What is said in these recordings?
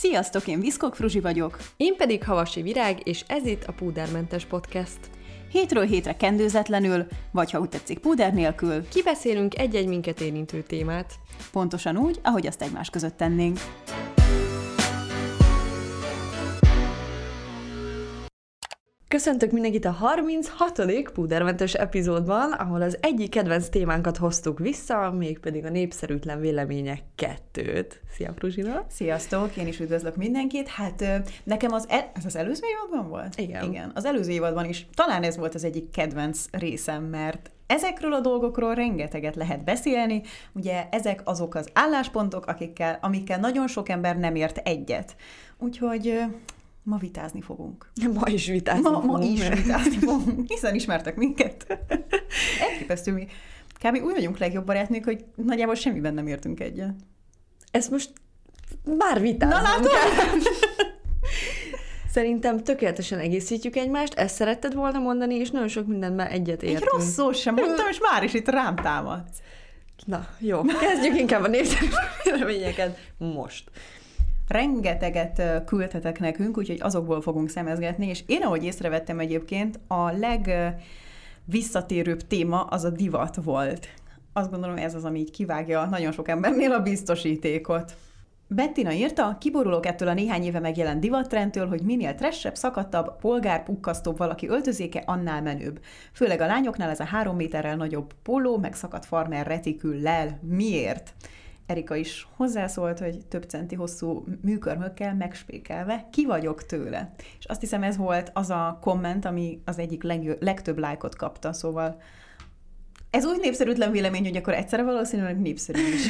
Sziasztok, én Viszkok Fruzsi vagyok. Én pedig Havasi Virág, és ez itt a Púdermentes Podcast. Hétről hétre kendőzetlenül, vagy ha úgy tetszik, púder nélkül kibeszélünk egy-egy minket érintő témát. Pontosan úgy, ahogy azt egymás között tennénk. Köszöntök mindenkit a 36. Púdermentes epizódban, ahol az egyik kedvenc témánkat hoztuk vissza, mégpedig a népszerűtlen vélemények 2-t. Szia, Fruzsina! Sziasztok, én is üdvözlök mindenkit. Hát nekem ez az előző évadban volt? Igen. Az előző évadban is talán ez volt az egyik kedvenc részem, mert ezekről a dolgokról rengeteget lehet beszélni. Ugye ezek azok az álláspontok, amikkel nagyon sok ember nem ért egyet. Úgyhogy ma vitázni fogunk. Ma is vitázni fogunk. Ma is vitázni fogunk, hiszen ismertek minket. Elképesztő, mi kb. Úgy vagyunk legjobb barátnők, hogy nagyjából semmiben nem értünk egyet. Ezt most bár vitáznunk kell. Szerintem tökéletesen egészítjük egymást, ezt szeretted volna mondani, és nagyon sok mindenben egyet értünk. Egy rossz szó sem mondtam, és már is itt rám támadsz. Na, jó. Kezdjük inkább a népszerű véleményeket most. Rengeteget küldtetek nekünk, úgyhogy azokból fogunk szemezgetni, és én, ahogy észrevettem egyébként, a legvisszatérőbb téma az a divat volt. Azt gondolom, ez az, ami így kivágja nagyon sok embernél a biztosítékot. Bettina írta, kiborulok ettől a néhány éve megjelent divattrendtől, hogy minél trashebb, szakadtabb, polgárpukkasztóbb valaki öltözéke, annál menőbb. Főleg a lányoknál ez a 3 méterrel nagyobb póló, meg szakadt farmer retiküllel. Miért? Erika is hozzászólt, hogy több centi hosszú műkörmökkel megspékelve, ki vagyok tőle. És azt hiszem, ez volt az a komment, ami az egyik legtöbb lájkot kapta, szóval ez úgy népszerűtlen vélemény, hogy akkor egyszerre valószínűleg népszerű is.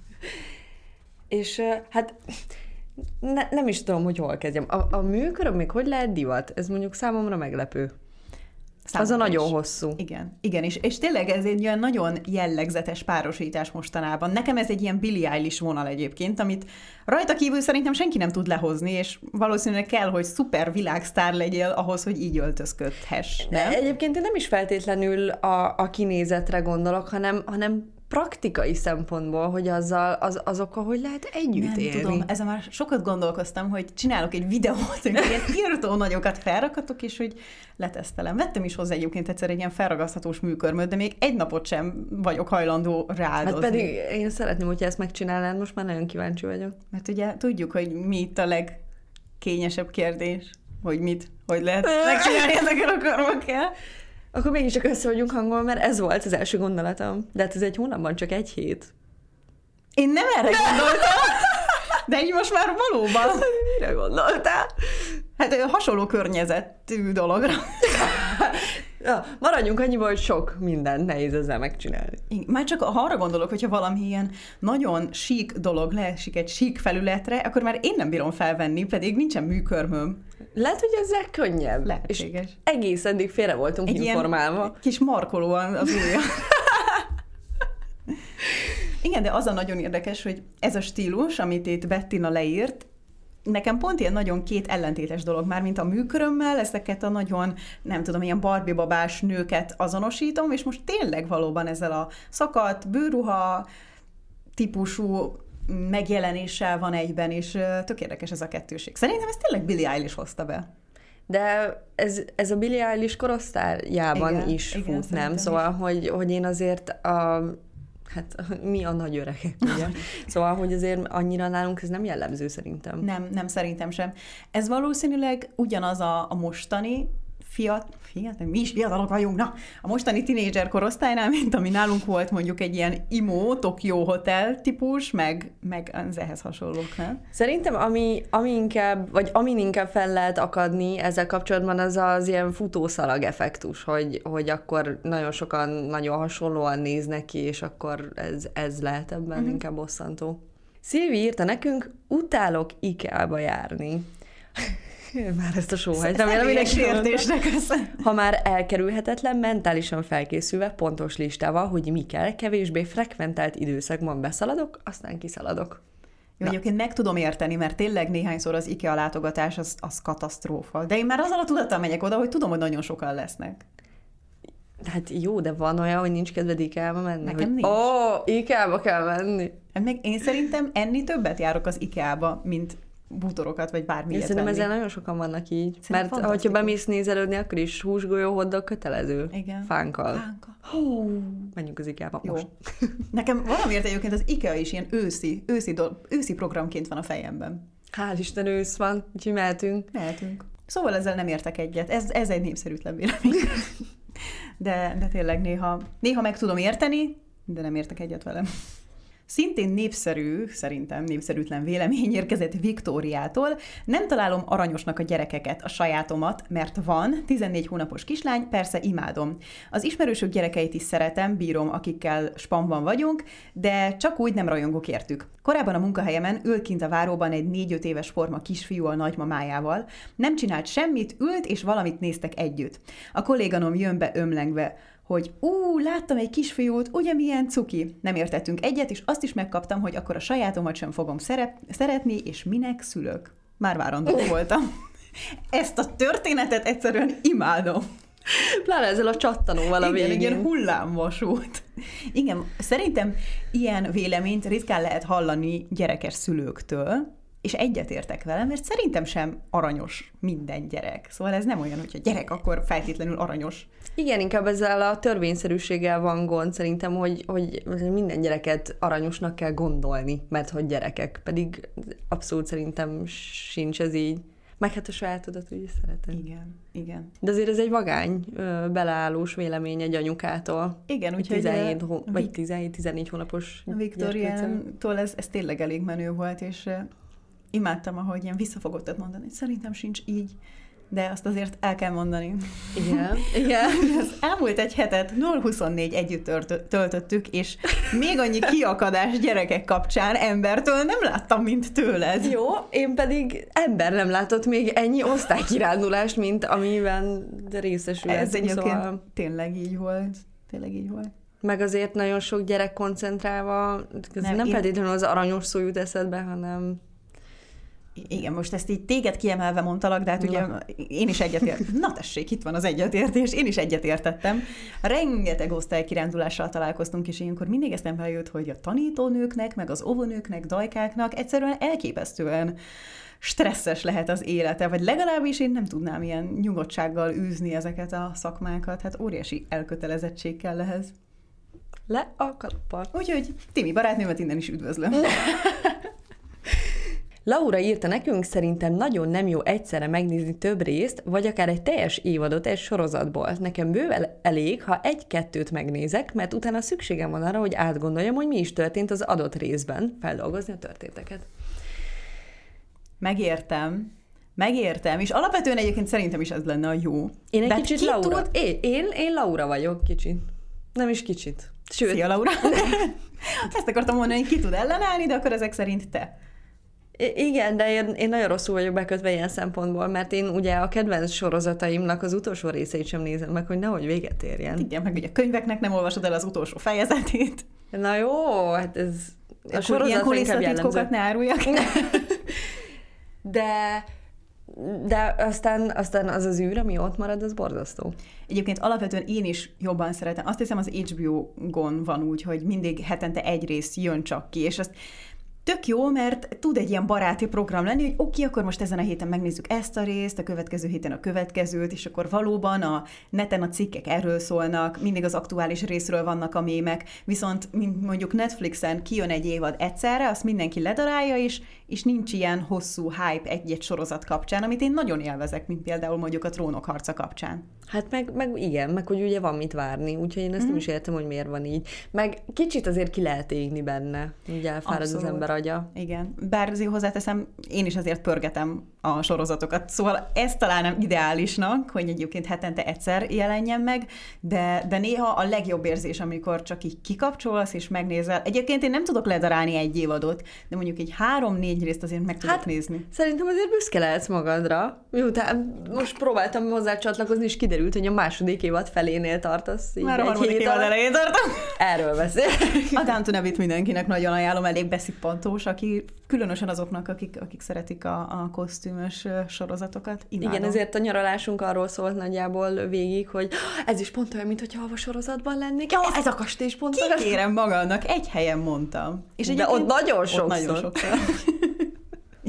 És hát nem is tudom, hogy hol kezdjem. A műköröm még hogy lehet divat? Ez mondjuk számomra meglepő. Az a nagyon hosszú. Igen, és tényleg ez egy olyan nagyon jellegzetes párosítás mostanában. Nekem ez egy ilyen Billie Eilish vonal egyébként, amit rajta kívül szerintem senki nem tud lehozni, és valószínűleg kell, hogy szuper világsztár legyél ahhoz, hogy így öltözködhess. Nem? Egyébként én nem is feltétlenül a kinézetre gondolok, hanem praktikai szempontból, hogy azokkal hogy lehet együtt élni. Nem tudom, ezen már sokat gondolkoztam, hogy csinálok egy videót, hogy ilyen írtó nagyokat felrakatok, és hogy letesztelem. Vettem is hozzá egyébként egyszer egy ilyen felragaszthatós műkörmöt, de még egy napot sem vagyok hajlandó rááldozni. Hát pedig én szeretném, hogyha ezt megcsinálnád, most már nagyon kíváncsi vagyok. Mert ugye tudjuk, hogy mi itt a legkényesebb kérdés, hogy lehet megcsinálni ezeket a körmökkel. Akkor mégiscsak össze vagyunk hangolva, mert ez volt az első gondolatom. De hát ez egy hónapban csak 1 hét. Én nem erre gondoltam, de így most már valóban. Mire gondoltál? Hát hasonló környezetű dologra. Ja, maradjunk annyiból, hogy sok mindent nehéz ezzel megcsinálni. Már csak arra gondolok, hogyha valami ilyen nagyon sík dolog leesik egy sík felületre, akkor már én nem bírom felvenni, pedig nincsen műkörmöm. Lehet, hogy ezzel könnyebb. Lehetséges. És egész eddig félre voltunk informálva. Egy kis markolóan az ujja. Igen, de az a nagyon érdekes, hogy ez a stílus, amit itt Bettina leírt, nekem pont ilyen nagyon két ellentétes dolog már, mint a műkörömmel, ezeket a nagyon, nem tudom, ilyen Barbie babás nőket azonosítom, és most tényleg valóban ezzel a szakadt bőrruha típusú megjelenéssel van egyben, és tök érdekes ez a kettőség. Szerintem ez tényleg Billie Eilish hozta be. De ez a Billie Eilish korosztályában is fut, nem? Szóval, hogy én azért mi a nagy öregek, ugye? Szóval, hogy azért annyira nálunk ez nem jellemző szerintem. Nem, szerintem sem. Ez valószínűleg ugyanaz a mostani mi is fiatalok vagyunk, a mostani tinédzser korosztálynál, mint ami nálunk volt mondjuk egy ilyen IMO, Tokyo Hotel típus, meg az ehhez hasonlók, nem? Szerintem amin inkább fel lehet akadni ezzel kapcsolatban, az ilyen futószalag effektus, hogy akkor nagyon sokan nagyon hasonlóan néznek ki, és akkor ez lehet ebben inkább bosszantó. Szilvi írta nekünk, utálok IKEA-ba járni. Már ezt a sóhajt. Ha már elkerülhetetlen, mentálisan felkészülve, pontos listával, hogy mi kell, kevésbé frekventált időszakban beszaladok, aztán kiszaladok. Jó, egyébként meg tudom érteni, mert tényleg néhányszor az IKEA látogatás az katasztrófa. De én már azzal a tudattal megyek oda, hogy tudom, hogy nagyon sokan lesznek. Hát jó, de van olyan, hogy nincs kedved IKEA-ba menni? Nekem nincs. IKEA-ba kell menni. Hát meg én szerintem enni többet járok az IKEA-ba, mint bútorokat, vagy bármilyet Szerintem venni. ezzel nagyon sokan vannak így. Szerintem Mert hogyha bemész nézelődni, akkor is húsgolyó, hotdog kötelező. Igen. Fánkkal. Menjünk az IKEA-ba most. Nekem valamiért egyébként az IKEA is ilyen őszi programként van a fejemben. Hál' Isten, ősz van, úgyhogy mehetünk. Szóval ezzel nem értek egyet. Ez egy népszerűtlen vélemény. De tényleg néha meg tudom érteni, de nem értek egyet velem. Szintén szerintem népszerűtlen vélemény érkezett Viktóriától. Nem találom aranyosnak a gyerekeket, a sajátomat, mert van, 14 hónapos kislány, persze imádom. Az ismerősök gyerekeit is szeretem, bírom, akikkel spanban vagyunk, de csak úgy nem rajongok értük. Korábban a munkahelyemen ül kint a váróban egy 4-5 éves forma kisfiú a nagymamájával. Nem csinált semmit, ült és valamit néztek együtt. A kolléganom jön be ömlengve, hogy láttam egy kisfiút, ugye milyen cuki. Nem értettünk egyet, és azt is megkaptam, hogy akkor a sajátomat sem fogom szeretni, és minek szülök. Már várandó voltam. Ezt a történetet egyszerűen imádom. Pláne ezzel a csattanóval a végén. Igen, hullámvasút. Igen, szerintem ilyen véleményt ritkán lehet hallani gyerekes szülőktől, és egyetértek vele, mert szerintem sem aranyos minden gyerek. Szóval ez nem olyan, hogyha gyerek, akkor feltétlenül aranyos. Igen, inkább ezzel a törvényszerűséggel van gond szerintem, hogy minden gyereket aranyosnak kell gondolni, mert hogy gyerekek. Pedig abszolút szerintem sincs ez így. Meg hát a sajátodat úgy is szereted. Igen. De azért ez egy vagány, beleállós vélemény egy anyukától. Igen, úgyhogy 17-14 hónapos Viktóriától ez tényleg elég menő volt, és imádtam, ahogy ilyen visszafogottat mondani, hogy szerintem sincs így, de azt azért el kell mondani. Igen. Az elmúlt egy hetet 0-24 együtt töltöttük, és még annyi kiakadás gyerekek kapcsán embertől nem láttam, mint tőled. Jó, én pedig ember nem látott még ennyi osztálykirándulást, mint amiben részesülhetünk. Ez egyébként tényleg így volt. Meg azért nagyon sok gyerek koncentrálva, nem feltétlenül az aranyos szó jut eszedbe, hanem... Igen, most ezt így téged kiemelve mondtalak, de hát ugye én is egyetértettem. Na tessék, itt van az egyetértés, én is egyetértettem. Rengeteg osztálykirándulással találkoztunk, és ilyenkor mindig eszembe jut, hogy a tanítónőknek, meg az óvónőknek, dajkáknak egyszerűen elképesztően stresszes lehet az élete, vagy legalábbis én nem tudnám ilyen nyugodtsággal űzni ezeket a szakmákat. Hát óriási elkötelezettség kell ehhez. Le a kalappal. Úgyhogy Timi barátnőmet innen is üdvözlöm. Laura írta nekünk, szerintem nagyon nem jó egyszerre megnézni több részt, vagy akár egy teljes évadot egy sorozatból. Nekem bőven elég, ha 1-2 megnézek, mert utána szükségem van arra, hogy átgondoljam, hogy mi is történt az adott részben, feldolgozni a történteket. Megértem, és alapvetően egyébként szerintem is ez lenne a jó. Én egy kicsit Laura. Én Laura vagyok kicsit. Nem is kicsit. Sőt. Szia, Laura! Ezt akartam mondani, hogy ki tud ellenállni, de akkor ezek szerint te. Igen, de én nagyon rosszul vagyok bekötve ilyen szempontból, mert én ugye a kedvenc sorozataimnak az utolsó részeit sem nézem meg, hogy nehogy véget érjen. Igen, meg ugye a könyveknek nem olvasod el az utolsó fejezetét. Na jó, hát ez a sorozat ilyen kulisszatitkokat ne áruljak. De aztán az űr, ami ott marad, az borzasztó. Egyébként alapvetően én is jobban szeretem. Azt hiszem az HBO-gon van úgy, hogy mindig hetente egy rész jön csak ki, és azt tök jó, mert tud egy ilyen baráti program lenni, hogy oké, akkor most ezen a héten megnézzük ezt a részt, a következő héten a következőt, és akkor valóban a neten a cikkek erről szólnak, mindig az aktuális részről vannak a mémek, viszont mondjuk Netflixen kijön egy évad egyszerre, azt mindenki ledarálja is, és nincs ilyen hosszú hype egy-egy sorozat kapcsán, amit én nagyon élvezek, mint például mondjuk a Trónok harca kapcsán. Hát meg hogy ugye van mit várni, úgyhogy én ezt nem is értem, hogy miért van így. Meg kicsit azért ki lehet égni benne, ugye elfárad az ember agya. Igen, bár azért hozzáteszem, én is azért pörgetem a sorozatokat, szóval ezt találnám ideálisnak, hogy egyébként hetente egyszer jelenjen meg, de néha a legjobb érzés, amikor csak így kikapcsolsz és megnézel. Egyébként én nem tudok ledarálni egy évadot, de mondjuk egy 3-4 részt azért meg tudok nézni. Szerintem azért büszke lehetsz magadra. Miután most próbáltam hozzá csatlakozni, és kiderült, hogy a második évad felénél tartasz. Már a harmadik évad elején tartom. Erről beszél. A Downton Abbey-t mindenkinek nagyon ajánlom, elég beszippantós, különösen azoknak, akik szeretik a kosztümös sorozatokat. Imádom. Igen, ezért a nyaralásunk arról szólt nagyjából végig, hogy ez is pont olyan, mintha a sorozatban lennék. Ja, ez a kastély is pont olyan. Kikérem magamnak, egy helyen mondtam. És de ott nagyon sokszor. Nagyon sokszor.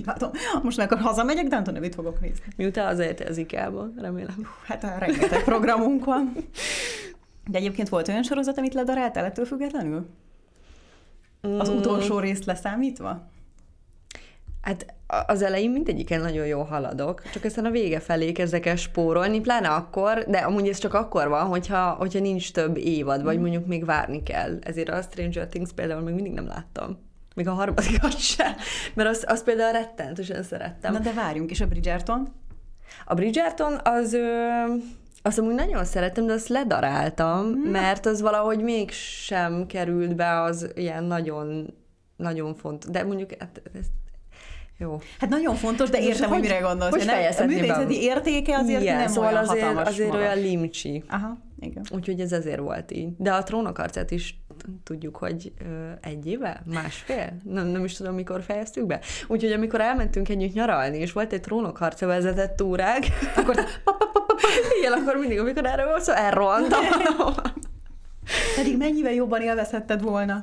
Látom, most meg akkor hazamegyek, Downton Abbey-t fogok nézni. Miután hazaértél az IKEA-ból, remélem. Hát rengeteg programunk van. De egyébként volt olyan sorozat, amit ledaráltál ettől függetlenül? Az utolsó részt leszámítva? Hát az elején mindegyiken nagyon jól haladok, csak aztán a vége felé kezdek el spórolni, pláne akkor, de amúgy ez csak akkor van, hogyha nincs több évad, vagy mondjuk még várni kell. Ezért a Stranger Things például még mindig nem láttam. Még a harmadikat sem, mert azt például rettenetesen szerettem. Na de várjunk, és a Bridgerton? A Bridgerton azt amúgy nagyon szerettem, de azt ledaráltam, mert az valahogy mégsem került be az ilyen nagyon, nagyon fontos. De mondjuk ez jó. Hát nagyon fontos, de értem, hogy mire gondolsz. Hogy a művészeti értéke azért nem szóval olyan hatalmas azért magas. olyan limcsi. Aha, igen. Úgyhogy ez azért volt így. De a Trónok harcát is tudjuk, hogy 1 éve? Másfél? Nem is tudom, mikor fejeztük be. Úgyhogy amikor elmentünk együtt nyaralni, és volt egy Trónok harca vezetett túrák, akkor igen, akkor mindig, amikor erről volt szó, elrohantam. Pedig mennyivel jobban élvezhetted volna?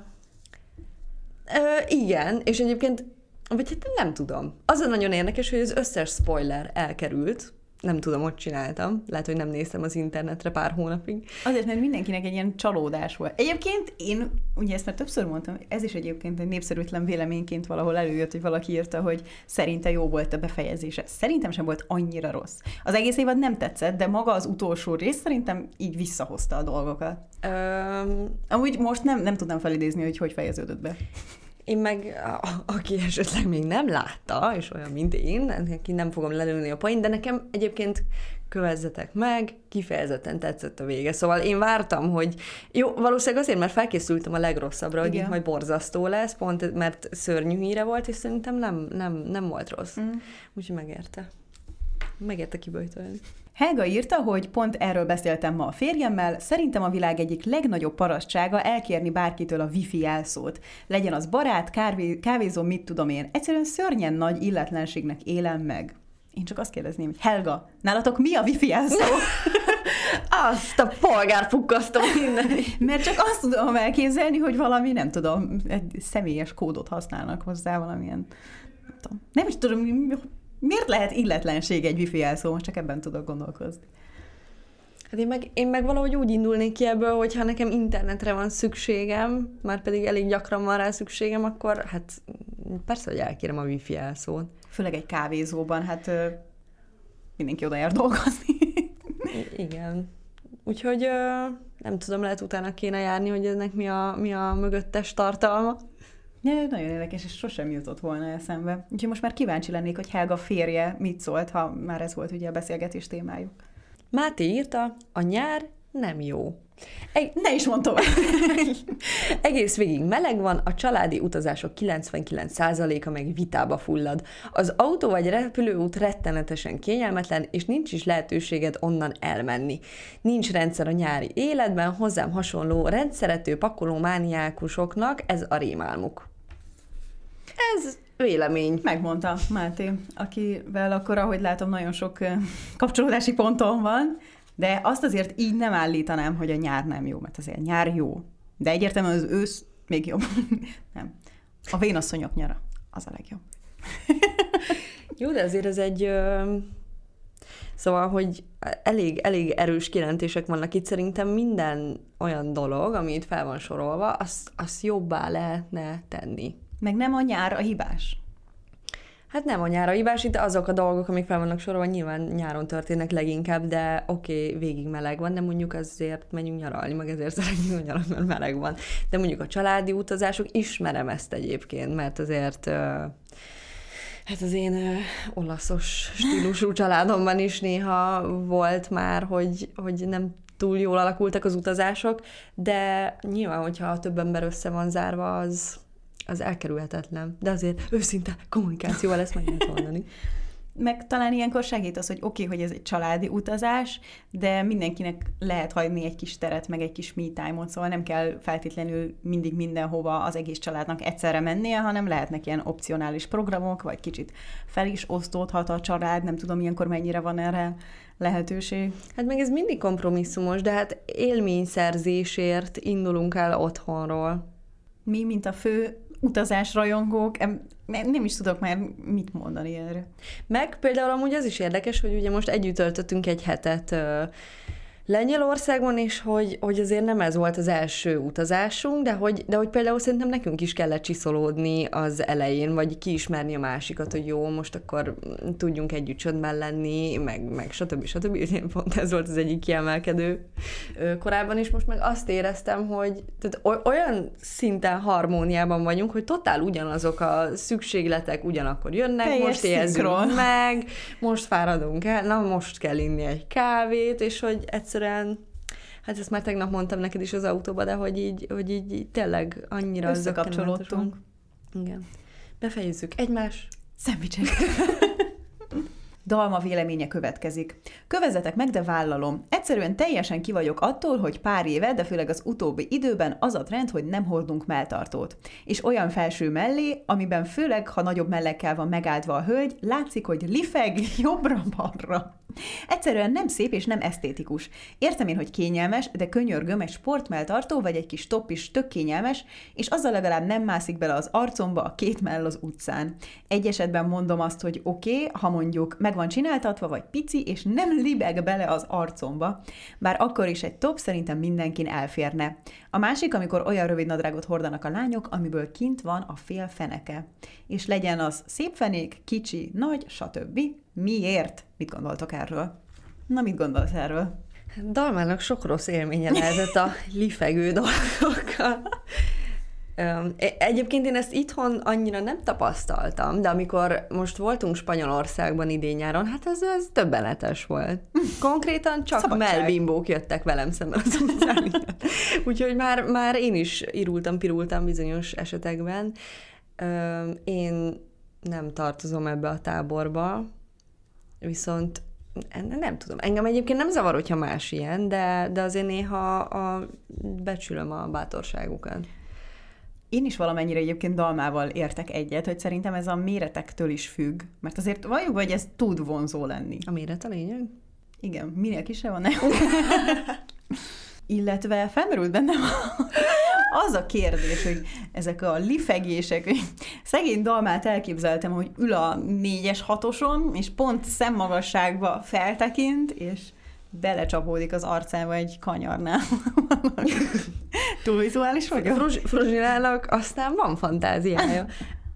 Igen, és egyébként vagy hát nem tudom. Az a nagyon érdekes, hogy az összes spoiler elkerült. Nem tudom, hogy csináltam. Lehet, hogy nem néztem az internetre pár hónapig. Azért, mert mindenkinek egy ilyen csalódás volt. Egyébként én, ugye ezt már többször mondtam, ez is egyébként egy népszerűtlen véleményként valahol előjött, hogy valaki írta, hogy szerinte jó volt a befejezése. Szerintem sem volt annyira rossz. Az egész évad nem tetszett, de maga az utolsó rész szerintem így visszahozta a dolgokat. Amúgy most nem tudnám felidézni, hogy fejeződött be. Én meg, aki esetleg még nem látta, és olyan, mint én, neki nem fogom lelőni a point, de nekem egyébként kövezzetek meg, kifejezetten tetszett a vége. Szóval én vártam, hogy jó, valószínűleg azért, mert felkészültem a legrosszabbra, hogy itt majd borzasztó lesz, pont mert szörnyű híre volt, és szerintem nem volt rossz. Úgyhogy megérte. Megérte kiböjtölni. Helga írta, hogy pont erről beszéltem ma a férjemmel, szerintem a világ egyik legnagyobb parasztsága elkérni bárkitől a wifi jelszót. Legyen az barát, kávézó, mit tudom én. Egyszerűen szörnyen nagy illetlenségnek élem meg. Én csak azt kérdezném, hogy Helga, nálatok mi a wifi jelszó? Azt a polgárpukkasztó minden. Mert csak azt tudom elképzelni, hogy valami, nem tudom, egy személyes kódot használnak hozzá, valamilyen, nem is tudom, miért lehet illetlenség egy wifi jelszó? Most csak ebben tudok gondolkozni. Hát én meg valahogy úgy indulnék ki ebből, hogy ha nekem internetre van szükségem, már pedig elég gyakran van rá szükségem, akkor hát persze, hogy elkérem a wifi jelszót. Főleg egy kávézóban, hát mindenki oda jár dolgozni. Igen. Úgyhogy nem tudom, lehet utána kéne járni, hogy ennek mi a mögöttes tartalma. Ja, nagyon érdekes, és sosem jutott volna eszembe. Úgyhogy most már kíváncsi lennék, hogy Helga férje mit szólt, ha már ez volt ugye a beszélgetés témájuk. Máté írta, a nyár nem jó. Ne is mondd tovább! Egész végig meleg van, a családi utazások 99%-a meg vitába fullad. Az autó vagy repülőút rettenetesen kényelmetlen, és nincs is lehetőséged onnan elmenni. Nincs rendszer a nyári életben, hozzám hasonló rendszerető pakolómániákusoknak ez a rémálmuk. Ez vélemény. Megmondta Máté, akivel akkor, ahogy látom, nagyon sok kapcsolódási ponton van, de azt azért így nem állítanám, hogy a nyár nem jó, mert azért a nyár jó. De egyértelműen az ősz még jobb. Nem. A vénasszonyok nyara, az a legjobb. Jó, de azért ez egy... Szóval, hogy elég erős kijelentések vannak itt. Szerintem minden olyan dolog, ami itt fel van sorolva, azt jobbá lehetne tenni. Meg nem a nyár a hibás. Hát nem a nyár a hibás, itt azok a dolgok, amik fel vannak sorolva, nyilván nyáron történnek leginkább, de oké, végig meleg van, de mondjuk azért menjünk nyaralni, meg ezért szeretjük a nyarat, mert meleg van. De mondjuk a családi utazások, ismerem ezt egyébként, mert azért hát az én olaszos stílusú családomban is néha volt már, hogy nem túl jól alakultak az utazások, de nyilván, hogyha több ember össze van zárva, az elkerülhetetlen. De azért őszinte kommunikációval ezt meg lehet oldani. Meg talán ilyenkor segít az, hogy oké, hogy ez egy családi utazás, de mindenkinek lehet hagyni egy kis teret, meg egy kis me time-ot, szóval nem kell feltétlenül mindig mindenhova az egész családnak egyszerre mennie, hanem lehetnek ilyen opcionális programok, vagy kicsit fel is osztódhat a család, nem tudom ilyenkor mennyire van erre lehetőség. Hát meg ez mindig kompromisszumos, de hát élményszerzésért indulunk el otthonról. Mi, mint a fő utazásrajongók, nem is tudok már mit mondani erre. Meg például amúgy az is érdekes, hogy ugye most együtt töltöttünk egy hetet Lengyelországban, és hogy azért nem ez volt az első utazásunk, de hogy például szerintem nekünk is kellett csiszolódni az elején, vagy kiismerni a másikat, hogy jó, most akkor tudjunk együtt csöndben lenni, meg stb. Pont ez volt az egyik kiemelkedő korábban is. Most meg azt éreztem, hogy tehát olyan szinten harmóniában vagyunk, hogy totál ugyanazok a szükségletek ugyanakkor jönnek, teljes most érzünk meg, most fáradunk el, na most kell inni egy kávét, és hogy egyszerűen, hát ezt már tegnap mondtam neked is az autóba, de hogy így tényleg annyira összekapcsolódtunk. Igen. Befejezzük. Egymás szendvicsek. Dalma véleménye következik. Kövezzetek meg, de vállalom. Egyszerűen teljesen ki vagyok attól, hogy pár éve, de főleg az utóbbi időben az a trend, hogy nem hordunk melltartót. És olyan felső mellé, amiben főleg, ha nagyobb mellekkel van megáldva a hölgy, látszik, hogy lifeg jobbra-balra. Egyszerűen nem szép és nem esztétikus. Értem én, hogy kényelmes, de könyörgöm, egy sportmelltartó vagy egy kis topp is tök kényelmes, és azzal legalább nem mászik bele az arcomba a két mell az utcán. Egy esetben mondom azt, hogy oké, ha mondjuk meg van csináltatva, vagy pici, és nem libeg bele az arcomba, bár akkor is egy topp szerintem mindenkin elférne. A másik, amikor olyan rövid nadrágot hordanak a lányok, amiből kint van a fél feneke. És legyen az szép fenék, kicsi, nagy, stb. Miért? Mit gondoltok erről? Na, mit gondolsz erről? Dalmának sok rossz élménye lehetett a lifegő dolgokkal. Egyébként én ezt itthon annyira nem tapasztaltam, de amikor most voltunk Spanyolországban idén-nyáron, hát ez döbbenetes volt. Konkrétan csak mellbimbók jöttek velem szemben az utcán. Úgyhogy már én is pirultam bizonyos esetekben. Én nem tartozom ebbe a táborba, viszont nem tudom. Engem egyébként nem zavar, hogyha más ilyen, de azért néha becsülöm a bátorságukat. Én is valamennyire egyébként Dalmával értek egyet, hogy szerintem ez a méretektől is függ, mert azért valljuk, hogy ez tud vonzó lenni. A méret a lényeg? Igen, minél kisebb van, nem? Illetve felmerült bennem az a kérdés, hogy ezek a lifegések, hogy szegény Dalmát elképzeltem, hogy ül a 4-es 6-oson, és pont szemmagasságba feltekint, és belecsapódik az arcába egy kanyarnál. Túl vizuális vagyok? Fruzsinának aztán van fantáziája.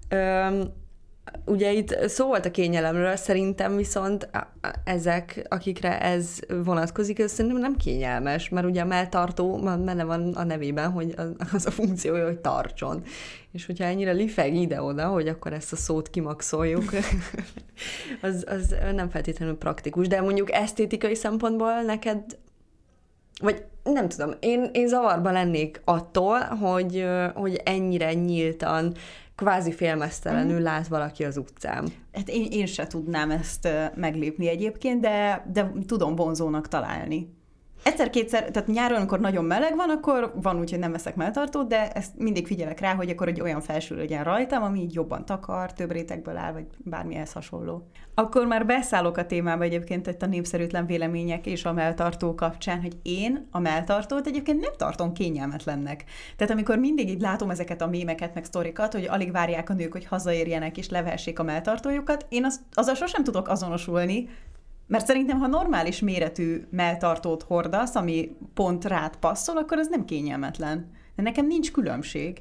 Ugye itt szó volt a kényelemről, szerintem viszont ezek, akikre ez vonatkozik, ez szerintem nem kényelmes, mert ugye a melltartó benne van a nevében, hogy az a funkciója, hogy tartson. És hogyha ennyire lifeg ide-oda, hogy akkor ezt a szót kimaxoljuk, az nem feltétlenül praktikus. De mondjuk esztétikai szempontból neked, vagy nem tudom, én zavarba lennék attól, hogy ennyire nyíltan, kvázi félmeztelenül lát valaki az utcán. Hát én se tudnám ezt meglépni egyébként, de tudom vonzónak találni. Egyszer-kétszer, tehát nyáron, amikor nagyon meleg van, akkor van úgy, hogy nem veszek melltartót, de ezt mindig figyelek rá, hogy akkor egy olyan felső legyen rajtam, ami így jobban takar, több rétegből áll, vagy bármihez hasonló. Akkor már beszállok a témába egyébként itt a népszerűtlen vélemények és a melltartó kapcsán, hogy én a melltartót egyébként nem tartom kényelmetlennek. Tehát amikor mindig így látom ezeket a mémeket, meg sztorikat, hogy alig várják a nők, hogy hazaérjenek és levehessék a melltartójukat, én azzal sosem tudok azonosulni, mert szerintem, ha normális méretű melltartót hordasz, ami pont rád passzol, akkor az nem kényelmetlen. De nekem nincs különbség.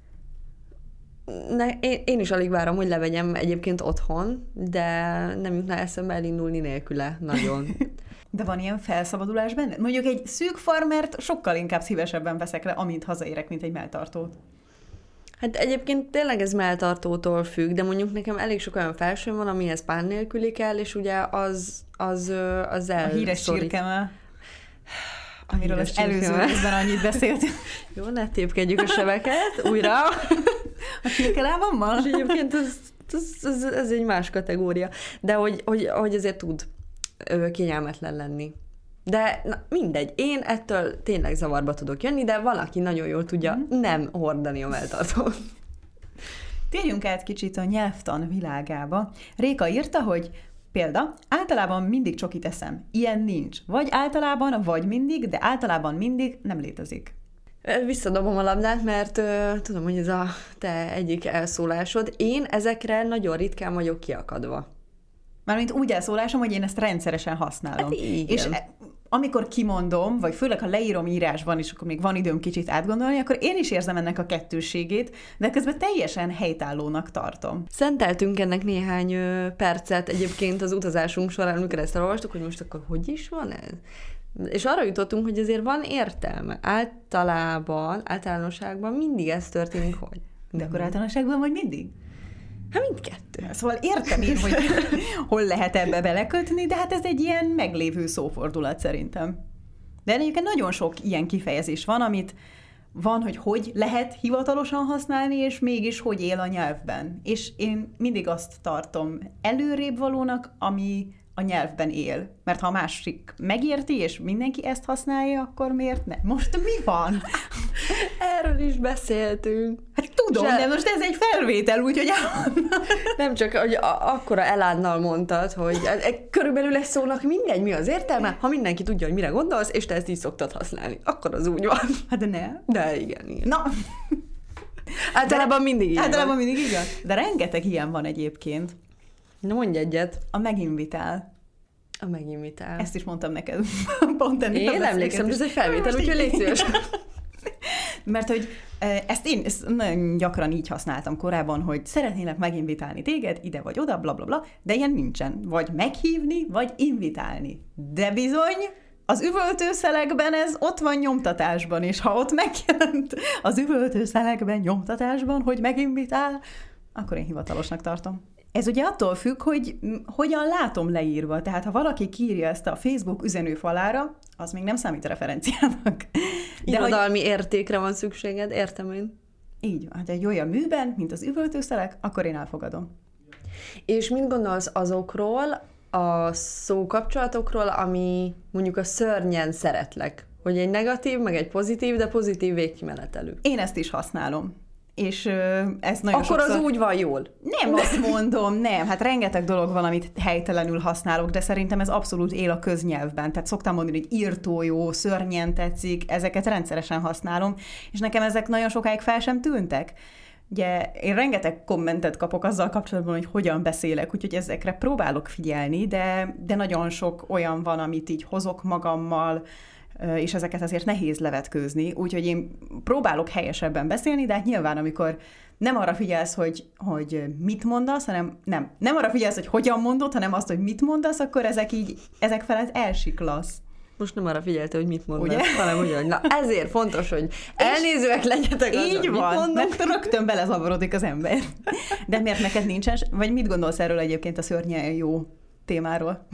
Én is alig várom, hogy levegyem egyébként otthon, de nem jutna eszembe elindulni nélküle nagyon. De van ilyen felszabadulás benne? Mondjuk egy szűk farmert sokkal inkább szívesebben veszek le, amint hazaérek, mint egy melltartót. Hát egyébként tényleg ez melltartótól függ, de mondjuk nekem elég sok olyan felsőm van, amihez pár nélküli kell, és ugye az a híres sírkemell, amiről az előző részben annyit beszéltünk. Jó, ne tépkedjük a sebeket, újra. A csirkelában? És egyébként ez egy más kategória. De hogy azért tud kényelmetlen lenni. De na, mindegy, én ettől tényleg zavarba tudok jönni, de valaki nagyon jól tudja nem hordani a melltartót. Térjünk át kicsit a nyelvtan világába. Réka írta, hogy példa, általában mindig csokit eszem. Ilyen nincs. Vagy általában, vagy mindig, de általában mindig nem létezik. Visszadobom a labdát, mert tudom, hogy ez a te egyik elszólásod. Én ezekre nagyon ritkán vagyok kiakadva. Mármint úgy elszólásom, hogy én ezt rendszeresen használom. Hát igen. És amikor kimondom, vagy főleg ha leírom írásban, és akkor még van időm kicsit átgondolni, akkor én is érzem ennek a kettősségét, de közben teljesen helytállónak tartom. Szenteltünk ennek néhány percet egyébként az utazásunk során, amikor ezt elolvastuk, hogy most akkor hogy is van ez? És arra jutottunk, hogy azért van értelme. Általánosságban mindig ez történik, hogy. De akkor általánosságban vagy mindig? Hát mindkettő. Szóval értem én, hogy hol lehet ebbe belekötni, de hát ez egy ilyen meglévő szófordulat szerintem. De egyébként nagyon sok ilyen kifejezés van, amit van, hogy lehet hivatalosan használni, és mégis hogy él a nyelvben. És én mindig azt tartom előrébb valónak, ami a nyelvben él. Mert ha a másik megérti, és mindenki ezt használja, akkor miért ne? Most mi van? Erről is beszéltünk. Hát tudom, de most ez egy felvétel, úgyhogy... Nem csak, hogy akkora elánnal mondtad, hogy körülbelül egy szónak mindegy, mi az értelme, ha mindenki tudja, hogy mire gondolsz, és te ezt így szoktad használni. Akkor az úgy van. Hát de ne. De igen. Na... Általában mindig így Általában mindig igaz. De rengeteg ilyen van egyébként. Na mondj egyet. A meginvitál. A meginvitál. Ezt is mondtam neked. Pont ennél. Én emlékszem, ez egy felvétel, úgyhogy légy szíves. Mert hogy ezt nagyon gyakran így használtam korábban, hogy szeretnének meginvitálni téged, ide vagy oda, bla bla bla, de ilyen nincsen. Vagy meghívni, vagy invitálni. De bizony, az üvöltőszelekben ez ott van nyomtatásban, és ha ott megjelent az üvöltőszelekben nyomtatásban, hogy meginvitál, akkor én hivatalosnak tartom. Ez ugye attól függ, hogy hogyan látom leírva. Tehát ha valaki kiírja ezt a Facebook üzenőfalára, az még nem számít referenciának. Irodalmi értékre van szükséged, értem én. Így van. Hát egy olyan műben, mint az üvöltőszelek, akkor én elfogadom. És mit gondolsz azokról a szókapcsolatokról, ami mondjuk a szörnyen szeretlek? Hogy egy negatív, meg egy pozitív, de pozitív végkimenetelő. Én ezt is használom. És ez nagyon akkor sokszor... az úgy van jól. Nem azt mondom, nem. Hát rengeteg dolog van, amit helytelenül használok, de szerintem ez abszolút él a köznyelvben. Tehát szoktam mondani, hogy írtó jó, szörnyen tetszik, ezeket rendszeresen használom, és nekem ezek nagyon sokáig fel sem tűntek. Ugye én rengeteg kommentet kapok azzal kapcsolatban, hogy hogyan beszélek, úgyhogy ezekre próbálok figyelni, de nagyon sok olyan van, amit így hozok magammal, és ezeket azért nehéz levetkőzni, úgyhogy én próbálok helyesebben beszélni, de hát nyilván, amikor nem arra figyelsz, hogy mit mondasz, hanem nem arra figyelsz, hogy hogyan mondod, hanem azt, hogy mit mondasz, akkor ezek felett elsiklasz. Most nem arra figyelte, hogy mit mondasz, hanem úgy, hogy na ezért fontos, hogy elnézőek legyetek azon, így van, mit mondom. mert rögtön belezavarodik az ember. De miért neked nincsen, vagy mit gondolsz erről egyébként a szörnyen jó témáról?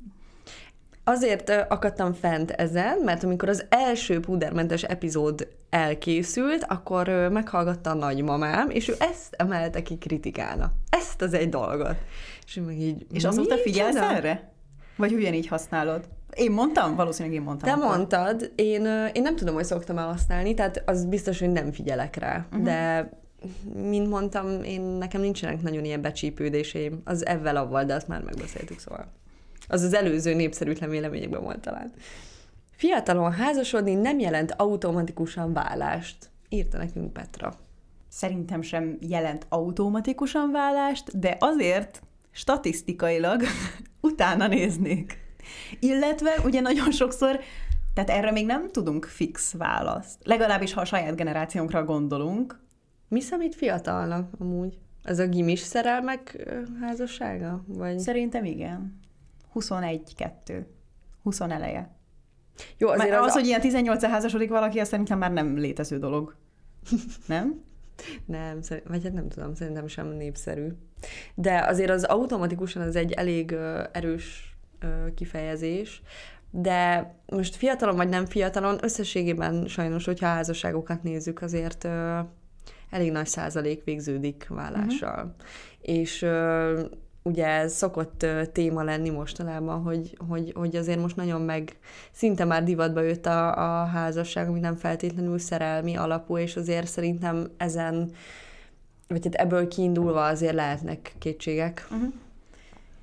Azért akadtam fent ezen, mert amikor az első púdermentes epizód elkészült, akkor meghallgatta a nagymamám, és ő ezt emelte ki kritikának. Ezt az egy dolgot. És meg így... És azóta figyelsz erre? Vagy ugyanígy használod? Én mondtam? Valószínűleg én mondtam. Te akkor mondtad. Én nem tudom, hogy szoktam elhasználni, tehát az biztos, hogy nem figyelek rá. De mint mondtam, nekem nincsenek nagyon ilyen becsípődéseim. Az evvel-avval, de azt már megbeszéltük, szóval. Az előző népszerűtlen véleményekben volt talán. Fiatalon házasodni nem jelent automatikusan válást, írta nekünk Petra. Szerintem sem jelent automatikusan válást, de azért statisztikailag utána néznék. Illetve ugye nagyon sokszor, tehát erre még nem tudunk fix választ. Legalábbis, ha a saját generációnkra gondolunk. Mi számít fiatalnak amúgy? Ez a gimis szerelmek házassága? Vagy? Szerintem igen. 21-2. 20 eleje. Jó, azért az, hogy ilyen 18-en házasodik valaki, azt szerintem már nem létező dolog. Nem? Nem, vagy hát nem tudom, szerintem sem népszerű. De azért az automatikusan az egy elég erős kifejezés, de most fiatalon vagy nem fiatalon, összességében sajnos, hogyha házasságokat nézzük, azért elég nagy százalék végződik válással. És ugye ez szokott téma lenni mostanában, hogy azért most nagyon szinte már divatba jött a házasság, ami nem feltétlenül szerelmi alapú, és azért szerintem ezen, vagy hát ebből kiindulva azért lehetnek kétségek.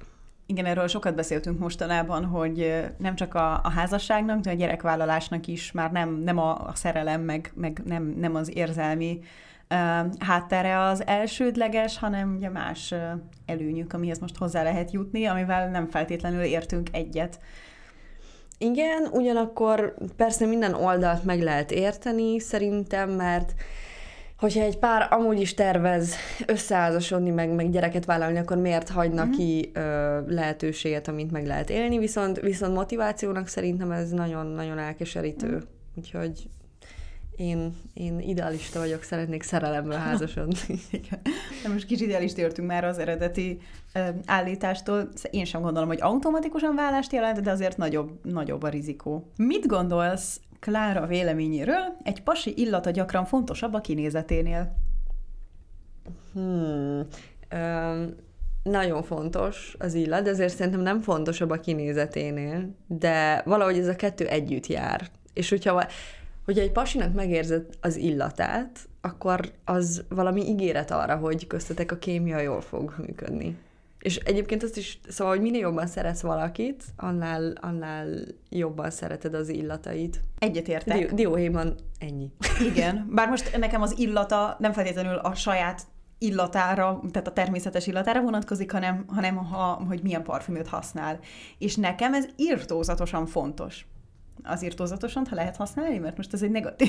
Igen, erről sokat beszéltünk mostanában, hogy nem csak a házasságnak, de a gyerekvállalásnak is már nem a szerelem, meg nem az érzelmi háttere az elsődleges, hanem ugye más előnyük, amihez most hozzá lehet jutni, amivel nem feltétlenül értünk egyet. Igen, ugyanakkor persze minden oldalt meg lehet érteni szerintem, mert hogyha egy pár amúgy is tervez összeházasodni, meg gyereket vállalni, akkor miért hagynak ki lehetőséget, amit meg lehet élni, viszont motivációnak szerintem ez nagyon-nagyon elkeserítő. Úgyhogy én idealista vagyok, szeretnék szerelemből házasodni. De most kicsit el is tértünk már az eredeti állítástól. Én sem gondolom, hogy automatikusan vállást jelent, de azért nagyobb a rizikó. Mit gondolsz Klára véleményéről? Egy pasi illata gyakran fontosabb a kinézeténél. Nagyon fontos az illat, de azért szerintem nem fontosabb a kinézeténél, de valahogy ez a kettő együtt jár. És hogyha egy pasinak megérzed az illatát, akkor az valami ígéret arra, hogy köztetek a kémia jól fog működni. És egyébként azt is, szóval, hogy minél jobban szeretsz valakit, annál jobban szereted az illatait. Egyetértek. Dióhéjban ennyi. Igen, bár most nekem az illata nem feltétlenül a saját illatára, tehát a természetes illatára vonatkozik, hanem hogy milyen parfümöt használ. És nekem ez irtózatosan fontos. Az irtózatosan, ha lehet használni, mert most ez egy negatív.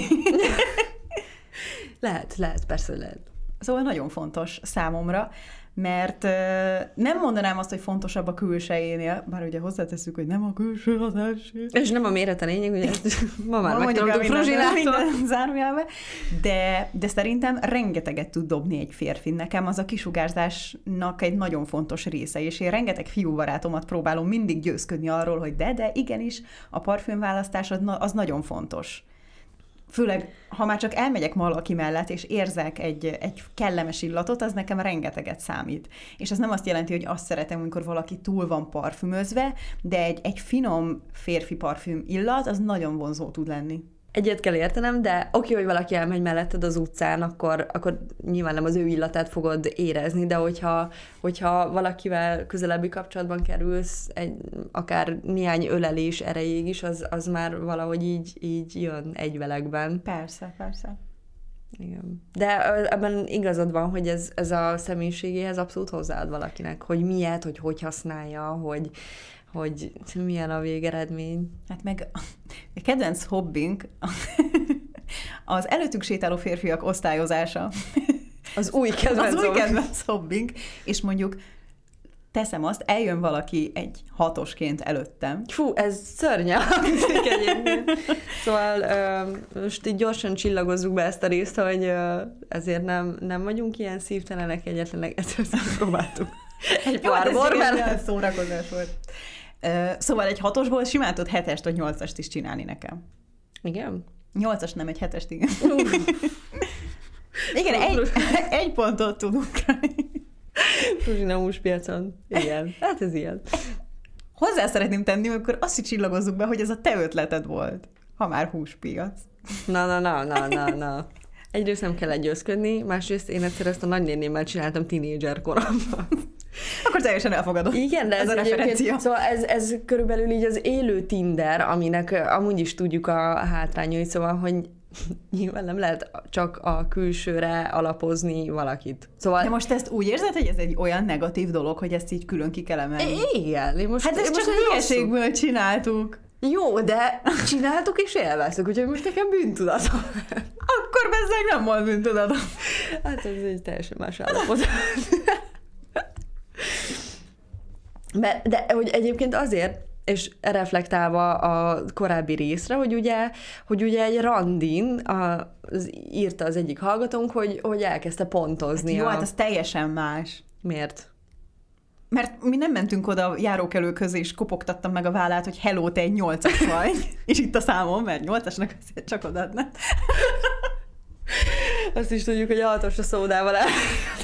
Lehet, persze lehet. Szóval nagyon fontos számomra, mert nem mondanám azt, hogy fontosabb a külsejénél, bár ugye hozzáteszünk, hogy nem a külső az első. És nem a méret a lényeg, ugye ma már megtanultuk minden zárójelbe, de szerintem rengeteget tud dobni egy férfi. Nekem az a kisugárzásnak egy nagyon fontos része, és én rengeteg fiúbarátomat próbálom mindig győzködni arról, hogy de igenis, a parfümválasztás az nagyon fontos. Főleg, ha már csak elmegyek valaki mellett, és érzek egy kellemes illatot, az nekem rengeteget számít. És az nem azt jelenti, hogy azt szeretem, amikor valaki túl van parfümözve, de egy finom férfi parfüm illat, az nagyon vonzó tud lenni. Egyet kell értenem, de oké, hogy valaki elmegy melletted az utcán, akkor nyilván nem az ő illatát fogod érezni, de hogyha valakivel közelebbi kapcsolatban kerülsz, akár néhány ölelés erejéig is, az már valahogy így jön egyvelegben. Persze. Igen. De ebben igazad van, hogy ez a személyiségéhez abszolút hozzáad valakinek, hogy miért, hogy használja, hogy milyen a végeredmény. Hát meg a kedvenc hobbink az előttünk sétáló férfiak osztályozása. Az új kedvenc hobbink, és mondjuk teszem azt, eljön valaki egy 6-osként előttem. Fú, ez szörnyű egyébként. Szóval most így gyorsan csillagozzuk be ezt a részt, hogy ezért nem vagyunk ilyen szívtelenek, egyetlenek, ezt próbáltuk. Egy párból, mert szórakozás volt. Szóval egy 6-osból simán tud 7-est vagy 8-ast is csinálni nekem. Igen? 8-as nem, egy 7-est, igen. Igen, egy pontot tudunk. Fruzsina húspiacon. Igen, hát ez ilyen. Hozzá szeretném tenni, amikor azt is csillagozzuk be, hogy ez a te ötleted volt, ha már húspiac. Na. Egyrészt nem kell győzködni, másrészt én egyszer ezt a nagynénémmel csináltam tínédzser koromban. Akkor teljesen elfogadom. Igen, de ez a referencia. Szóval ez körülbelül így az élő Tinder, aminek amúgy is tudjuk a hátrányait, szóval, hogy nyilván nem lehet csak a külsőre alapozni valakit. Szóval... De most ezt úgy érzed, hogy ez egy olyan negatív dolog, hogy ezt így külön ki kell emelni? Igen. Hát ezt csak a hülyeségből csináltuk. Jó, de csináltuk és élveztük, úgyhogy most nekem bűntudatom. Akkor bezzeg nem volt bűntudatom. Hát ez egy teljesen más állapot. De hogy egyébként azért, és reflektálva a korábbi részre, hogy ugye egy randin írta az egyik hallgatónk, hogy elkezdte pontozni. Hát jó, hát az teljesen más. Miért? Mert mi nem mentünk oda járókelő közé, és kopogtattam meg a vállát, hogy hello, te egy 8-as vagy. És itt a számom, mert 8-asnak azért csak odaadnak. Azt is tudjuk, hogy a 6-os a szódával el.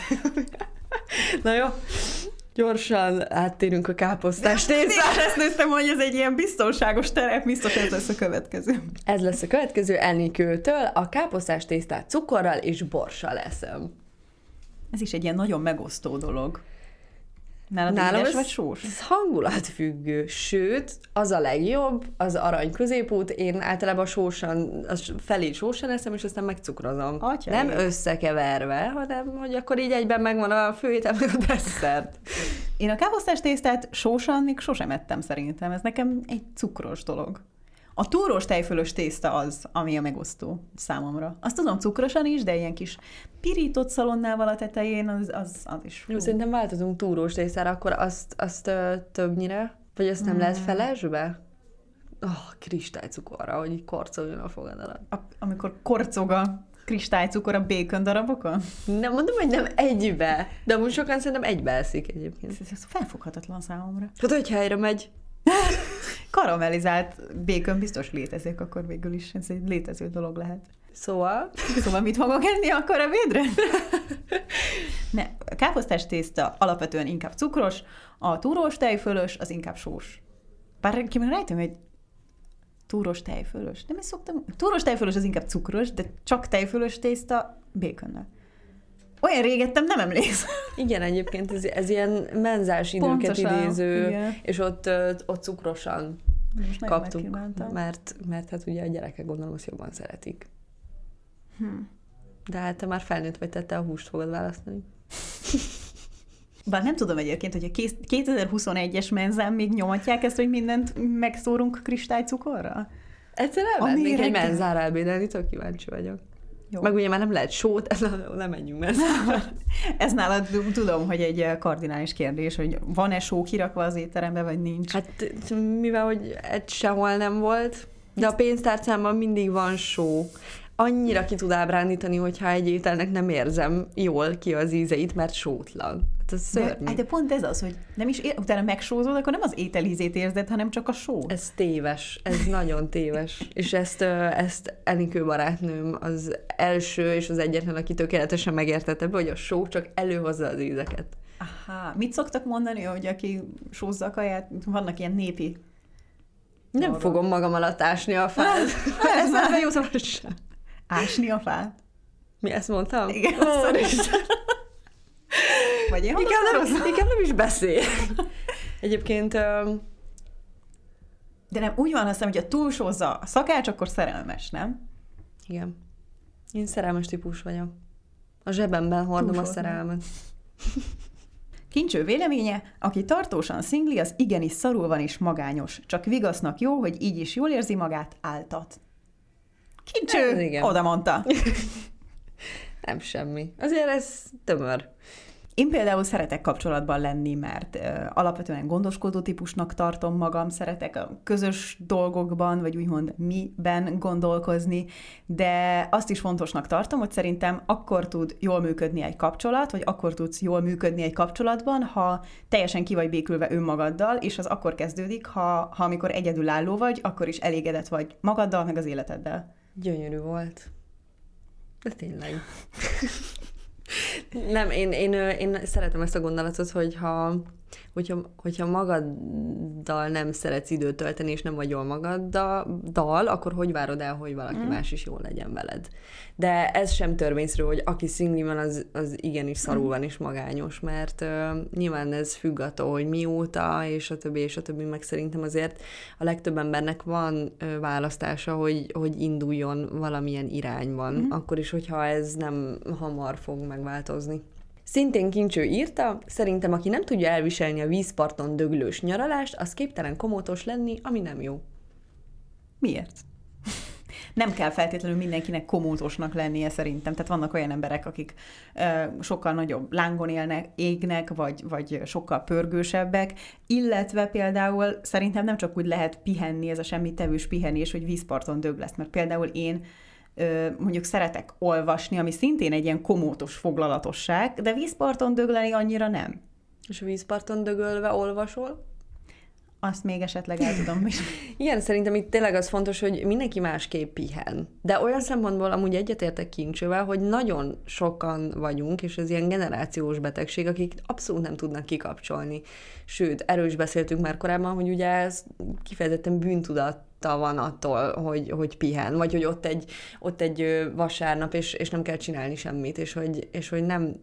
Na jó. Gyorsan áttérünk a káposztás tésztára. Ezt néztem, hogy ez egy ilyen biztonságos terep, biztos ez lesz a következő. Ez lesz a következő Enikőtől. A káposztás tésztát cukorral és borssal eszem. Ez is egy ilyen nagyon megosztó dolog. Nálad édes vagy sós? Ez hangulatfüggő, sőt, az a legjobb, az arany középút, én általában felé sósan eszem, és aztán megcukrozom. Atyaik. Nem összekeverve, hanem hogy akkor így egyben megvan a főétel, meg a desszert. Én a káposztás tésztát sósan még sosem ettem szerintem. Ez nekem egy cukros dolog. A túrós tejfölös tészta az, ami a megosztó számomra. Azt tudom cukrosan is, de ilyen kis pirított szalonnával a tetején, az is. Jó, szerintem változunk túrós tésztára, akkor azt többnyire, vagy azt nem lehet felesbe? Kristálycukorra, hogy így korcoljon a fogad alatt. Amikor korcog a kristálycukor a bacon darabokon? Nem mondom, hogy nem egybe, de amúgy sokan szerintem egybe eszik egyébként. Ez felfoghatatlan számomra. Hát, hogyha helyre megy. Karamellizált bacon biztos létezik, akkor végül is ez egy létező dolog lehet. Szóval mit fogok enni akkor ebédre? Ne, a káposztás tészta alapvetően inkább cukros, a túrós tejfölös az inkább sós. Bár ki meg rájöttem, hogy túrós tejfölös. Nem is szoktam. Túrós tejfölös az inkább cukros, de csak tejfölös tészta baconnal. Olyan régettem, nem emlékszem. Igen, egyébként ez ilyen menzás időket Pontosan, idéző, igen. és ott cukrosan Most kaptuk, mert hát ugye a gyerekek gondolom azt jobban szeretik. De hát te már felnőtt vagy, te a húst fogod választani. Bár nem tudom egyébként, hogy a 2021-es menzán még nyomatják ezt, hogy mindent megszórunk kristálycukorra? Egyszer elmennénk egy menzára elbédelni, tök kíváncsi vagyok. Jó. Meg ugye már nem lehet sót, nem menjünk menzára. Ez nálad tudom, hogy egy kardinális kérdés, hogy van-e só kirakva az étterembe, vagy nincs? Hát mivel, hogy egy sehol nem volt, de a pénztárcámban mindig van só. Annyira ki tud ábrándítani, hogyha egy ételnek nem érzem jól ki az ízeit, mert sótlan. Hát ez szörnyű. De pont ez az, hogy nem is utána megsózod, akkor nem az ételízét érzed, hanem csak a só. Ez téves, ez nagyon téves. És ezt Enikő barátnőm az első és az egyetlen, aki tökéletesen megértette be, hogy a só csak előhozza az ízeket. Aha. Mit szoktak mondani, hogy aki sózza a kaját, vannak ilyen népi? Nem fogom magam alatt ásni a fát. Ez már bejutom sem. Ásni a fát? Mi ezt mondtam? Igen, vagy én inkább nem is beszél. Egyébként... De nem, úgy van, azt hiszem, hogy a túlsózza a szakács, akkor szerelmes, nem? Igen. Én szerelmes típus vagyok. A zsebemben hordom a szerelmet. Kincső véleménye, aki tartósan szingli, az igenis szarul van és magányos. Csak vigasznak jó, hogy így is jól érzi magát, áltat. Kincső, oda mondta. Nem semmi. Azért ez tömör. Én például szeretek kapcsolatban lenni, mert alapvetően gondoskodó típusnak tartom magam, szeretek a közös dolgokban, vagy úgymond miben gondolkozni, de azt is fontosnak tartom, hogy szerintem akkor tud jól működni egy kapcsolat, vagy akkor tudsz jól működni egy kapcsolatban, ha teljesen ki vagy békülve önmagaddal, és az akkor kezdődik, ha amikor egyedülálló vagy, akkor is elégedett vagy magaddal, meg az életeddel. Gyönyörű volt. De tényleg. Nem, én szeretem ezt a gondolatot, hogyha magaddal nem szeretsz időt tölteni, és nem vagy jól magaddal, akkor hogy várod el, hogy valaki más is jól legyen veled? De ez sem törvényszerű, hogy aki szingli van, az igenis szarul van és magányos, mert nyilván ez függ attól, hogy mióta, és a többi, meg szerintem azért a legtöbb embernek van választása, hogy induljon valamilyen irányban, akkor is, hogyha ez nem hamar fog megváltozni. Szintén Kincső írta, szerintem aki nem tudja elviselni a vízparton döglős nyaralást, az képtelen komótos lenni, ami nem jó. Miért? Nem kell feltétlenül mindenkinek komótosnak lennie szerintem. Tehát vannak olyan emberek, akik sokkal nagyobb lángon égnek, vagy sokkal pörgősebbek, illetve például szerintem nem csak úgy lehet pihenni, ez a semmitevős pihenés, hogy vízparton dög lesz, mert például én mondjuk szeretek olvasni, ami szintén egy ilyen komótos foglalatosság, de vízparton dögleni annyira nem. És a vízparton dögölve olvasol? Azt még esetleg el tudom is. Igen, szerintem itt tényleg az fontos, hogy mindenki másképp pihen. De olyan szempontból amúgy egyetértek Kincsővel, hogy nagyon sokan vagyunk, és ez ilyen generációs betegség, akik abszolút nem tudnak kikapcsolni. Sőt, erről is beszéltünk már korábban, hogy ugye ez kifejezetten bűntudatta van attól, hogy pihen, vagy hogy ott egy vasárnap, és nem kell csinálni semmit, és hogy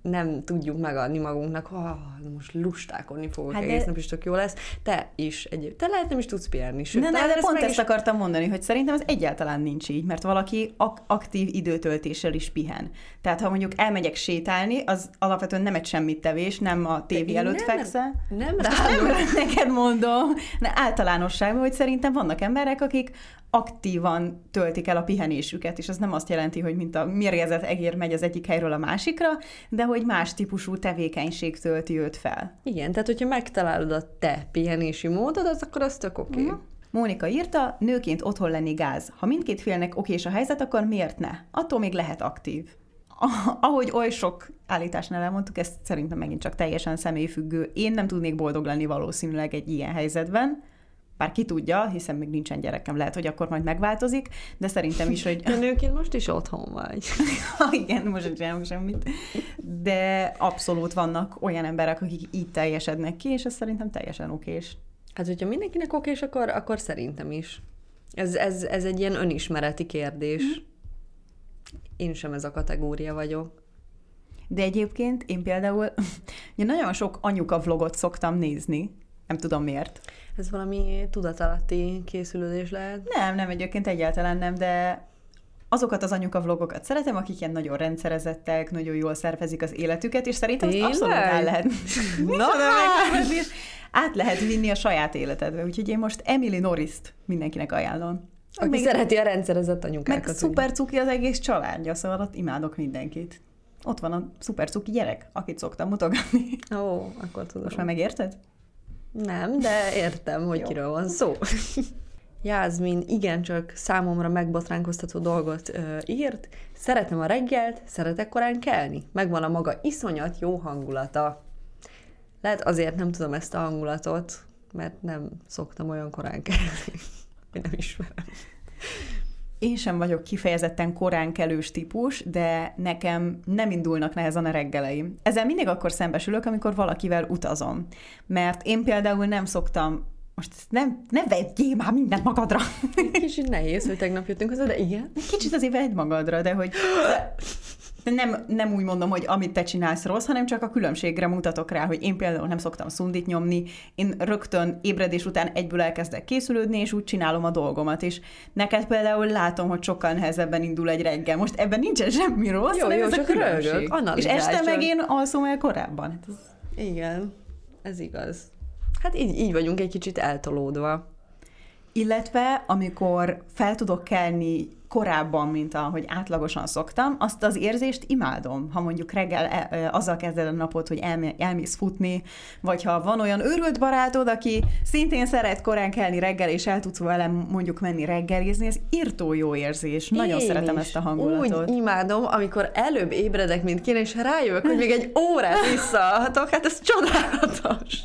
nem tudjuk megadni magunknak, most lustákolni fogok, Hát egész nap is tök jó lesz. Te lehet nem is tudsz pihenni. Sőt, de pont ezt akartam mondani, hogy szerintem ez egyáltalán nincs így, mert valaki aktív időtöltéssel is pihen. Tehát ha mondjuk elmegyek sétálni, az alapvetően nem egy semmit tevés, nem a tévé előtt fekszel. Nem neked mondom, de általánosságban, hogy szerintem vannak emberek, akik aktívan töltik el a pihenésüket, és az nem azt jelenti, hogy mint a mérgezett egér megy az egyik helyről a másikra, de hogy más típusú tevékenység tölti őt fel. Igen, tehát hogyha megtalálod a te pihenési módodat, akkor az tök oké. Uh-huh. Mónika írta, nőként otthon lenni gáz. Ha mindkét félnek okés a helyzet, akkor miért ne? Attól még lehet aktív. Ahogy oly sok állításnál elmondtuk, ez szerintem megint csak teljesen személyfüggő. Én nem tudnék boldog lenni valószínűleg egy ilyen helyzetben, bár ki tudja, hiszen még nincsen gyerekem, lehet, hogy akkor majd megváltozik, de szerintem is, hogy... De nőként most is otthon vagy. Igen, most sem csinálunk semmit. De abszolút vannak olyan emberek, akik így teljesednek ki, és ez szerintem teljesen okés. Hát, hogyha mindenkinek okés, akkor szerintem is. Ez egy ilyen önismereti kérdés. Én sem ez a kategória vagyok. De egyébként én például nagyon sok anyuka vlogot szoktam nézni, nem tudom miért. Ez valami tudatalatti készülődés lehet? Nem, egyébként egyáltalán nem, de azokat az anyuka vlogokat szeretem, akik ilyen nagyon rendszerezettek, nagyon jól szervezik az életüket, és szerintem azt abszolút el lehet. Át lehet vinni a saját életedbe. Úgyhogy én most Emily Norrist mindenkinek ajánlom. Aki szereti a rendszerezett anyukákat. Meg szuper cuki az egész családja, szóval ott imádok mindenkit. Ott van a szuper cuki gyerek, akit szoktam mutogatni. Ó, akkor tudom. Most már megérted? Nem, de értem, hogy kiről van szó. Jászmin igencsak számomra megbotránkoztató dolgot írt. Szeretem a reggelt, szeretek korán kelni. Megvan a maga iszonyat jó hangulata. Lehet azért nem tudom ezt a hangulatot, mert nem szoktam olyan korán kelni. Én nem ismerem. Én sem vagyok kifejezetten korán kelős típus, de nekem nem indulnak nehezen a reggeleim. Ezzel mindig akkor szembesülök, amikor valakivel utazom. Mert én például nem szoktam, most nem vegyél már mindent magadra. Kicsit nehéz, hogy tegnap jöttünk haza, de igen. Kicsit azért vedd magadra, de hogy nem úgy mondom, hogy amit te csinálsz rossz, hanem csak a különbségre mutatok rá, hogy én például nem szoktam szundit nyomni, én rögtön ébredés után egyből elkezdek készülődni, és úgy csinálom a dolgomat, és neked például látom, hogy sokkal nehezebben indul egy reggel. Most ebben nincsen semmi rossz, hanem ez a különbség. És este meg én alszom el korábban. Hát igen, ez igaz. Hát így vagyunk egy kicsit eltolódva. Illetve, amikor fel tudok kelni korábban, mint ahogy átlagosan szoktam, azt az érzést imádom. Ha mondjuk reggel azzal kezded a napot, hogy elmész futni, vagy ha van olyan őrült barátod, aki szintén szeret korán kelni reggel, és el tudsz velem mondjuk menni reggelizni, ez írtó jó érzés. Nagyon szeretem ezt a hangulatot. Úgy imádom, amikor előbb ébredek, mint kéne, és rájövök, hogy még egy órát visszaadhatok, hát ez csodálatos.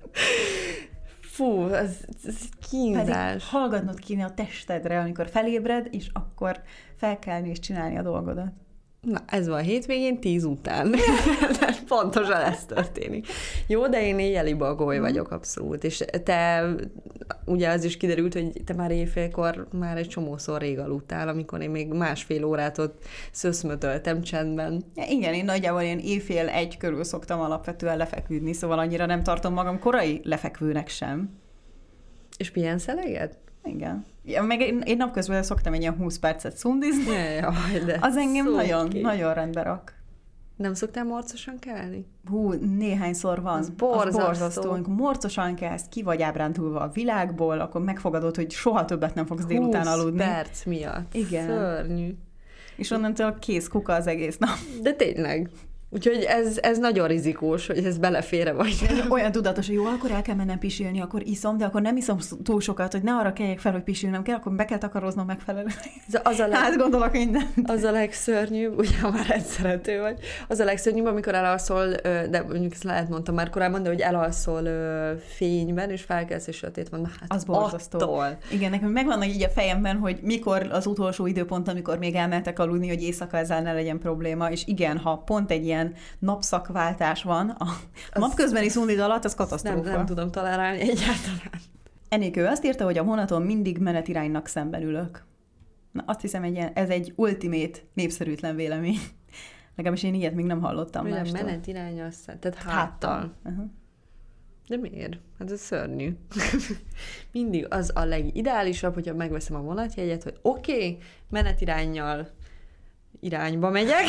Fú, ez kínzás. Pedig hallgatnod kéne a testedre, amikor felébred, és akkor felkelni és csinálni a dolgodat. Na, ez van a hétvégén 10 után. Pontosan ez történik. Jó, de én éjjeli bagoly vagyok abszolút. És te, ugye az is kiderült, hogy te már éjfélkor már egy csomószor rég aludtál, amikor én még másfél órát ott szöszmötöltem csendben. Ja, igen, én nagyjából én éjfél 1 körül szoktam alapvetően lefeküdni, szóval annyira nem tartom magam korai lefekvőnek sem. És pihensz eleget? Igen. Ja, meg én napközben szoktam egy ilyen 20 percet szundizni. Jaj, az engem nagyon rendbe rak. Nem szoktál morcosan kelni? Hú, néhányszor van. Az borzasztó. Amikor morcosan kelsz, ki vagy ábrándulva a világból, akkor megfogadod, hogy soha többet nem fogsz délután aludni. 20 perc miatt. Igen. Szörnyű. És onnantól kész kuka az egész nap. De tényleg. Úgyhogy ez nagyon rizikós, hogy ez belefér vagy. Olyan tudatos, hogy jó, akkor el kell mennem pisilni, akkor iszom, de akkor nem iszom túl sokat, hogy ne arra keljek fel, hogy pisilnem kell, akkor be kell takaroznom megfelelően. Hát gondolok mindent. Az a legszörnyűbb, ugye ha már rendszerető vagy, az a legszörnyűbb, amikor elalszol, de mondjuk ezt lehet mondtam már korábban, de hogy elalszol fényben, és felkelsz, és sötét van. Hát az borzasztó. Attól. Igen, nekem megvannak így a fejemben, hogy mikor az utolsó időpont, amikor még elmentek aludni, hogy éjszaka ezzel ne legyen probléma, és igen, ha pont egy ilyen napszakváltás van a napközbeni szundid alatt, az katasztrófa. Nem tudom tolerálni egyáltalán. Enikő azt írta, hogy a vonaton mindig menetiránynak szemben ülök. Na, azt hiszem, ez egy ultimate népszerűtlen vélemény. Legalábbis én ilyet még nem hallottam Hogy a mástól. menetiránnyal, tehát háttal. Uh-huh. De miért? Hát ez szörnyű. Mindig az a legideálisabb, hogyha megveszem a vonatjegyet, hogy oké, menetiránnyal irányba megyek,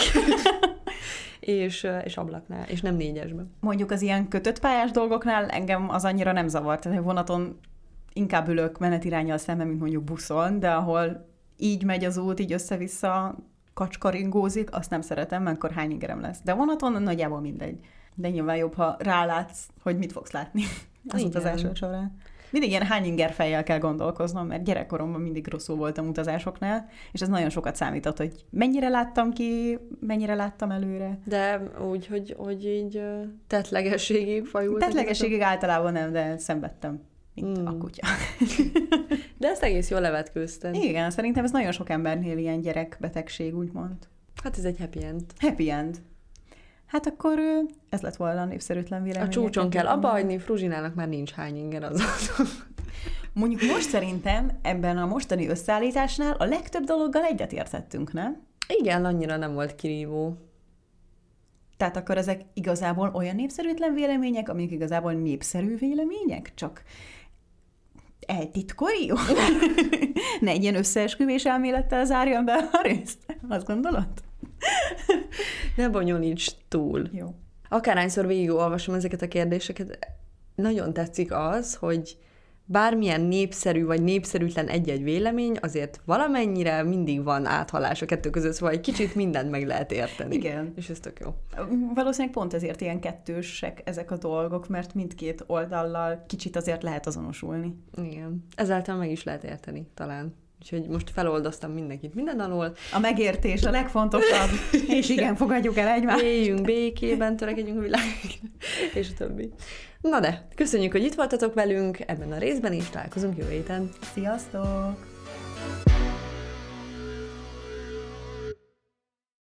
és ablaknál, és nem 4-esben. Mondjuk az ilyen kötött pályás dolgoknál engem az annyira nem zavart. Tehát a vonaton inkább ülök menetiránnyal szemben, mint mondjuk buszon, de ahol így megy az út, így össze-vissza kacskaringózik, azt nem szeretem, mert akkor hány ingerem lesz. De vonaton nagyjából mindegy. De nyilván jobb, ha rálátsz, hogy mit fogsz látni az utazásod során. Mindig ilyen hány inger fejjel kell gondolkoznom, mert gyerekkoromban mindig rosszul voltam utazásoknál, és ez nagyon sokat számított, hogy mennyire láttam ki, mennyire láttam előre. De úgy, hogy így tettlegességig fajult. Tettlegességig általában nem, de szenvedtem, mint a kutya. De ezt egész jól levetkőzted. Igen, szerintem ez nagyon sok embernél ilyen gyerekbetegség, úgymond. Hát ez egy happy end. Happy end. Hát akkor ez lett volna a népszerűtlen vélemény. A csúcson kell abba hagyni, Fruzsinának már nincs hány inger az. Mondjuk most szerintem ebben a mostani összeállításnál a legtöbb dologgal egyetértettünk, nem? Igen, annyira nem volt kirívó. Tehát akkor ezek igazából olyan népszerűtlen vélemények, amik igazából népszerű vélemények, csak eltitkoljuk? Ne egy ilyen összeesküvés elmélettel zárjon be a részt? Azt gondolod? Ne bonyolíts túl. Jó. Akárhányszor végigolvasom ezeket a kérdéseket, nagyon tetszik az, hogy bármilyen népszerű vagy népszerűtlen egy-egy vélemény, azért valamennyire mindig van áthalás a kettő között, szóval egy kicsit mindent meg lehet érteni. Igen. És ez tök jó. Valószínűleg pont ezért ilyen kettősek ezek a dolgok, mert mindkét oldallal kicsit azért lehet azonosulni. Igen. Ezáltal meg is lehet érteni, talán. Úgyhogy most feloldoztam mindenkit minden alól. A megértés a legfontosabb, és igen, fogadjuk el egymást. Éljünk békében, törekedjünk a világig, és a többi. Na de, köszönjük, hogy itt voltatok velünk ebben a részben, és találkozunk jövő héten. Sziasztok!